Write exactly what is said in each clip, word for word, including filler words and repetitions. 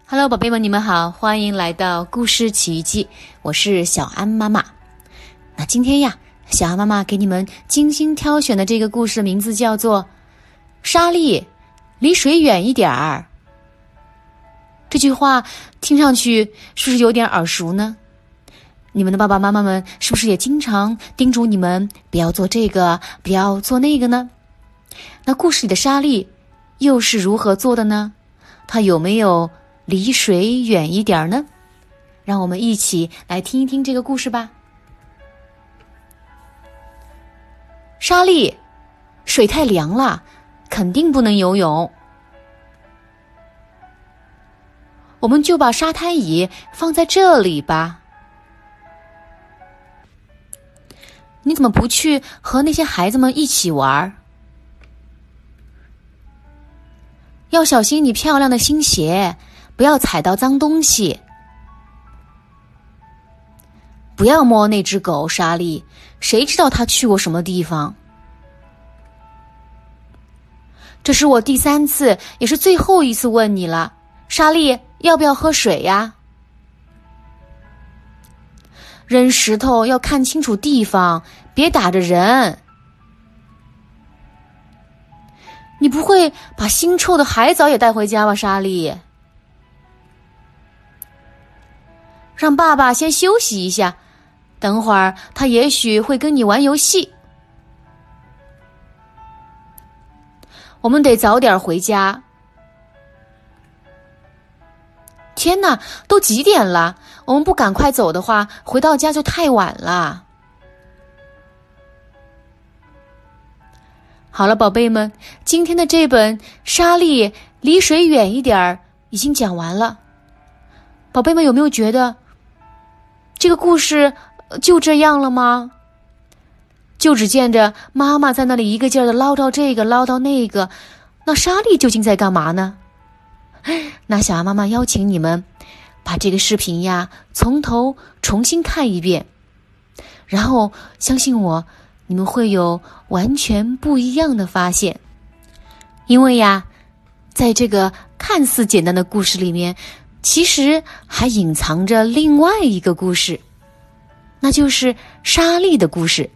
Hello， 宝贝们，你们好，欢迎来到故事奇遇记，我是小安妈妈。那今天呀，小安妈妈给你们精心挑选的这个故事的名字叫做《莎莉，离水远一点儿》。这句话听上去是不是有点耳熟呢？你们的爸爸妈妈们是不是也经常叮嘱你们不要做这个，不要做那个呢？那故事里的莎莉又是如何做的呢？她有没有离水远一点呢？让我们一起来听一听这个故事吧。莎莉，水太凉了，肯定不能游泳。我们就把沙滩椅放在这里吧。你怎么不去和那些孩子们一起玩？要小心你漂亮的新鞋，不要踩到脏东西。不要摸那只狗，莎莉，谁知道它去过什么地方？这是我第三次，也是最后一次问你了，莎莉，要不要喝水呀？扔石头要看清楚地方，别打着人。你不会把腥臭的海藻也带回家吧，莎莉？让爸爸先休息一下，等会儿他也许会跟你玩游戏。我们得早点回家。天哪，都几点了？我们不赶快走的话，回到家就太晚了。好了，宝贝们，今天的这本《莎莉，离水远一点儿》已经讲完了。宝贝们有没有觉得这个故事就这样了吗？就只见着妈妈在那里一个劲儿的唠叨这个唠叨那个，那莎莉究竟在干嘛呢？那小安妈妈邀请你们把这个视频呀从头重新看一遍，然后相信我，你们会有完全不一样的发现。因为呀，在这个看似简单的故事里面，其实还隐藏着另外一个故事，那就是莎莉的故事。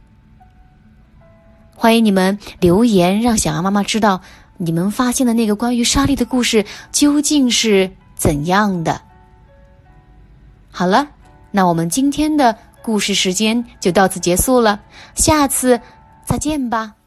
欢迎你们留言，让小安妈妈知道你们发现的那个关于莎莉的故事究竟是怎样的。好了，那我们今天的故事时间就到此结束了，下次再见吧。